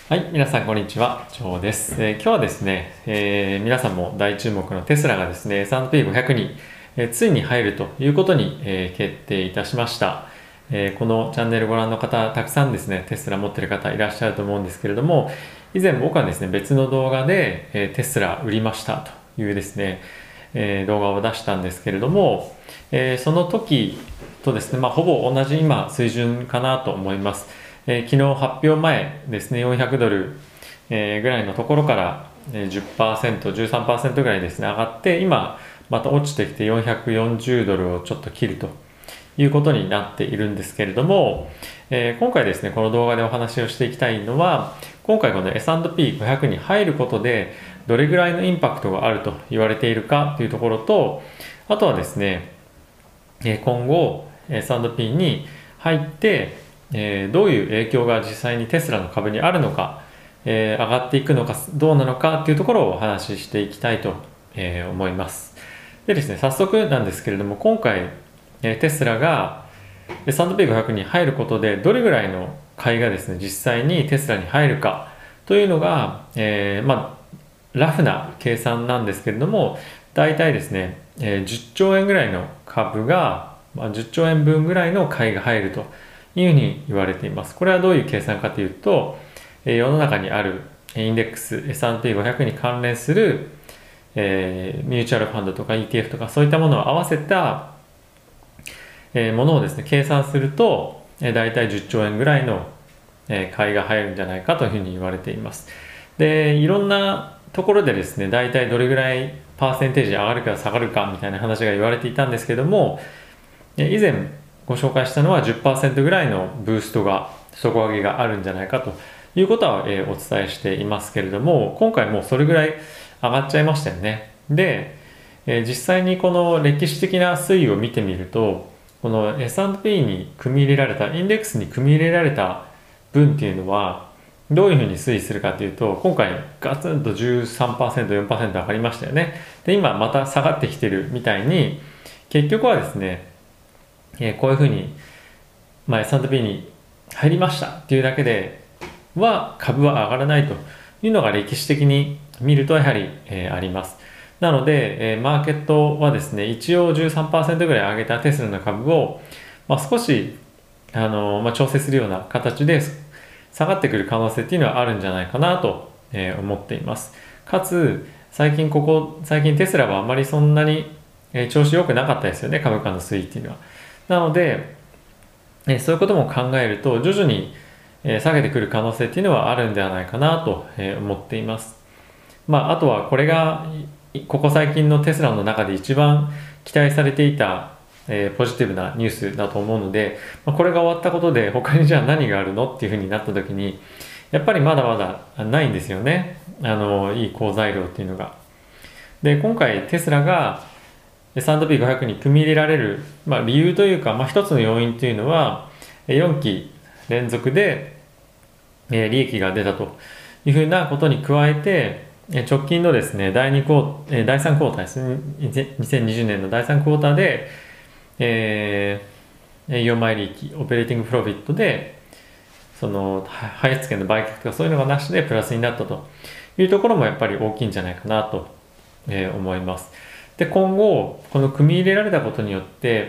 はい、皆さんこんにちは、長です。今日はですね、皆さんも大注目のテスラがですね、S&P500 に、ついに入るということに、決定いたしました。このチャンネルご覧の方、たくさんですね、テスラ持ってる方いらっしゃると思うんですけれども、以前僕はですね、別の動画で、テスラ売りましたというですね、動画を出したんですけれども、その時とですね、ほぼ同じ今水準かなと思います。昨日発表前ですね、400ドル、ぐらいのところから、10%、13%ぐらいですね、上がって、今、また落ちてきて440ドルをちょっと切るということになっているんですけれども、今回ですね、この動画でお話をしていきたいのは、今回この S&P500 に入ることで、どれぐらいのインパクトがあると言われているかというところと、あとはですね、今後 S&P に入ってどういう影響が実際にテスラの株にあるのか、上がっていくのかどうなのかっていうところをお話ししていきたいと、思います。でですね、早速なんですけれども、今回、テスラが S&P500 に入ることでどれぐらいの買いがですね、実際にテスラに入るかというのが、ラフな計算なんですけれども、大体ですね、10兆円ぐらいの株が、10兆円分ぐらいの買いが入るというふうに言われています。これはどういう計算かというと、世の中にあるインデックス S&P500 に関連する、ミューチュアルファンドとか ETF とかそういったものを合わせた、ものをですね計算すると、大体10兆円ぐらいの、買いが入るんじゃないかというふうに言われています。で、いろんなところでですね、大体どれぐらいパーセンテージ上がるか下がるかみたいな話が言われていたんですけども、以前ご紹介したのは 10% ぐらいのブーストが底上げがあるんじゃないかということは、お伝えしていますけれども、今回もうそれぐらい上がっちゃいましたよね。で、実際にこの歴史的な推移を見てみると、この S&P に組み入れられたインデックスに組み入れられた分っていうのはどういうふうに推移するかというと、今回ガツンと 13%、4% 上がりましたよね。で、今また下がってきてるみたいに、結局はですね、こういうふうに、S&P に入りましたっていうだけでは株は上がらないというのが歴史的に見るとやはり、あります。なので、マーケットはですね、一応13%ぐらい上げたテスラの株を、少し調整するような形で下がってくる可能性っていうのはあるんじゃないかなと、思っています。かつ、最近テスラはあまりそんなに、調子良くなかったですよね、株価の推移っていうのは。なので、そういうことも考えると、徐々に、下げてくる可能性っていうのはあるんではないかなと、思っています。あとはこれが、ここ最近のテスラの中で一番期待されていた、ポジティブなニュースだと思うので、これが終わったことで他にじゃあ何があるのっていうふうになった時に、やっぱりまだまだないんですよね。いい好材料っていうのが。で、今回テスラが S&P500 に組み入れられる、理由というか、一つの要因というのは、4期連続で、利益が出たというふうなことに加えて、直近のですね、第3クォーターですね、2020年の第3クォーターで、営業前利益、オペレーティングプロフィットで、その、排出権の売却とかそういうのがなしでプラスになったというところもやっぱり大きいんじゃないかなと、思います。で、今後、この組み入れられたことによって、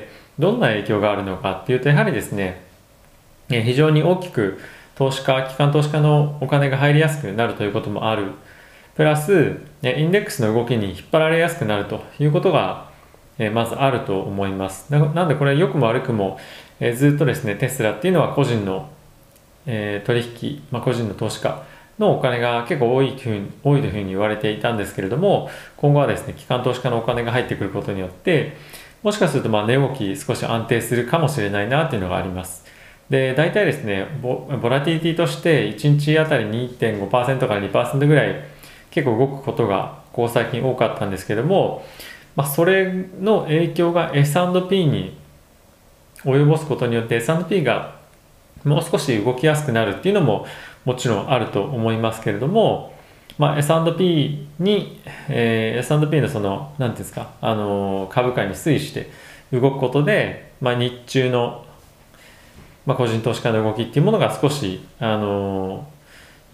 どんな影響があるのかっていうと、やはりですね、非常に大きく機関投資家のお金が入りやすくなるということもある。プラス、インデックスの動きに引っ張られやすくなるということが、まずあると思います。なんでこれ良くも悪くも、ずっとですね、テスラっていうのは個人の、取引、個人の投資家のお金が結構多いというふうに言われていたんですけれども、今後はですね、機関投資家のお金が入ってくることによって、もしかすると値動き少し安定するかもしれないなというのがあります。で、大体ですね、ボラティリティとして1日あたり 2.5% から 2% ぐらい結構動くことがここ最近多かったんですけども、それの影響が S&P に及ぼすことによって S&P がもう少し動きやすくなるっていうのももちろんあると思いますけれども、S&P に、S&P のその、なんていうんですか、株価に推移して動くことで、日中の、個人投資家の動きっていうものが少し、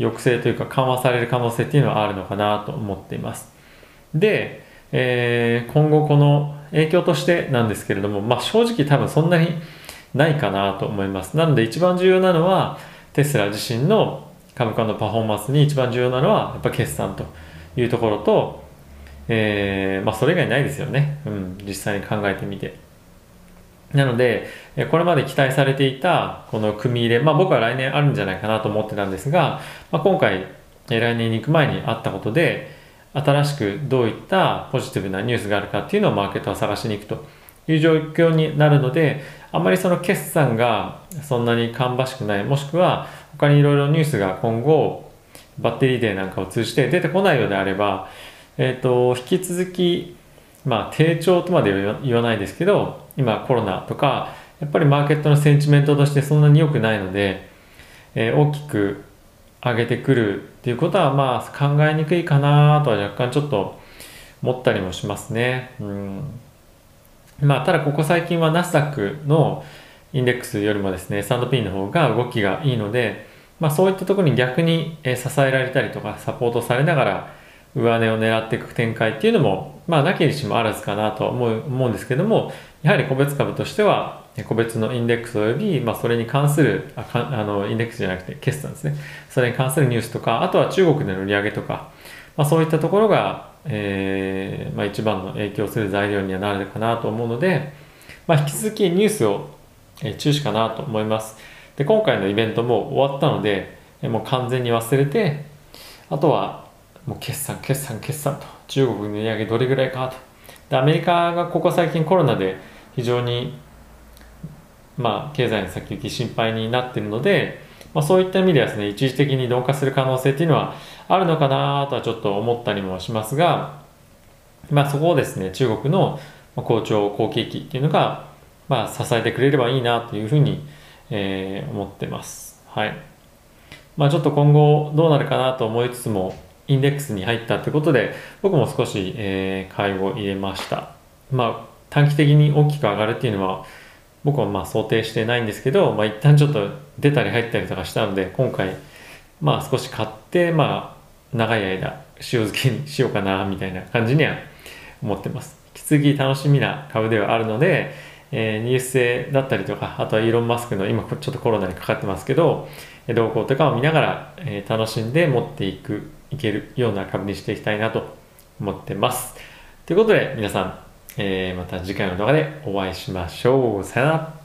抑制というか緩和される可能性っていうのはあるのかなと思っています。で、今後この影響としてなんですけれども、正直多分そんなにないかなと思います。なので一番重要なのはテスラ自身の株価のパフォーマンスに一番重要なのはやっぱ決算というところと、それ以外ないですよね、実際に考えてみて。なのでこれまで期待されていたこの組み入れ、僕は来年あるんじゃないかなと思ってたんですが、今回来年に行く前にあったことで新しくどういったポジティブなニュースがあるかっていうのをマーケットは探しに行くという状況になるので、あまりその決算がそんなに芳しくない、もしくは他にいろいろニュースが今後バッテリーデーなんかを通じて出てこないようであれば、引き続き低調とまでは言わないですけど、今コロナとかやっぱりマーケットのセンチメントとしてそんなに良くないので、大きく上げてくるっていうことは考えにくいかなとは若干ちょっと思ったりもしますね。ただここ最近はナスダックのインデックスよりもですね S&P の方が動きがいいので、そういったところに逆に支えられたりとかサポートされながら上値を狙っていく展開っていうのもなきにしもあらずかなとは思うんですけども、やはり個別株としては個別のインデックスおよび、それに関するインデックスじゃなくて決算ですね、それに関するニュースとか、あとは中国での売り上げとか、そういったところが、一番の影響する材料にはなるかなと思うので、引き続きニュースを注視かなと思います。で、今回のイベントも終わったのでもう完全に忘れて、あとはもう決算と中国の売り上げどれぐらいかと。で、アメリカがここ最近コロナで非常に経済の先行き心配になっているので、そういった意味ではですね、一時的に鈍化する可能性っていうのはあるのかなとはちょっと思ったりもしますが、そこをですね、中国の好調好景気っていうのが支えてくれればいいなというふうに、思ってます。はい。ちょっと今後どうなるかなと思いつつも、インデックスに入ったということで僕も少し、買いを入れました。短期的に大きく上がるっていうのは僕は想定してないんですけど、一旦ちょっと出たり入ったりとかしたので、今回少し買って長い間塩漬けにしようかなみたいな感じには思ってます。引き続き楽しみな株ではあるので、ニュース性だったりとか、あとはイーロン・マスクの今ちょっとコロナにかかってますけど動向とかを見ながら、楽しんで持っていけるような株にしていきたいなと思ってます。ということで皆さん、また次回の動画でお会いしましょう。さよなら。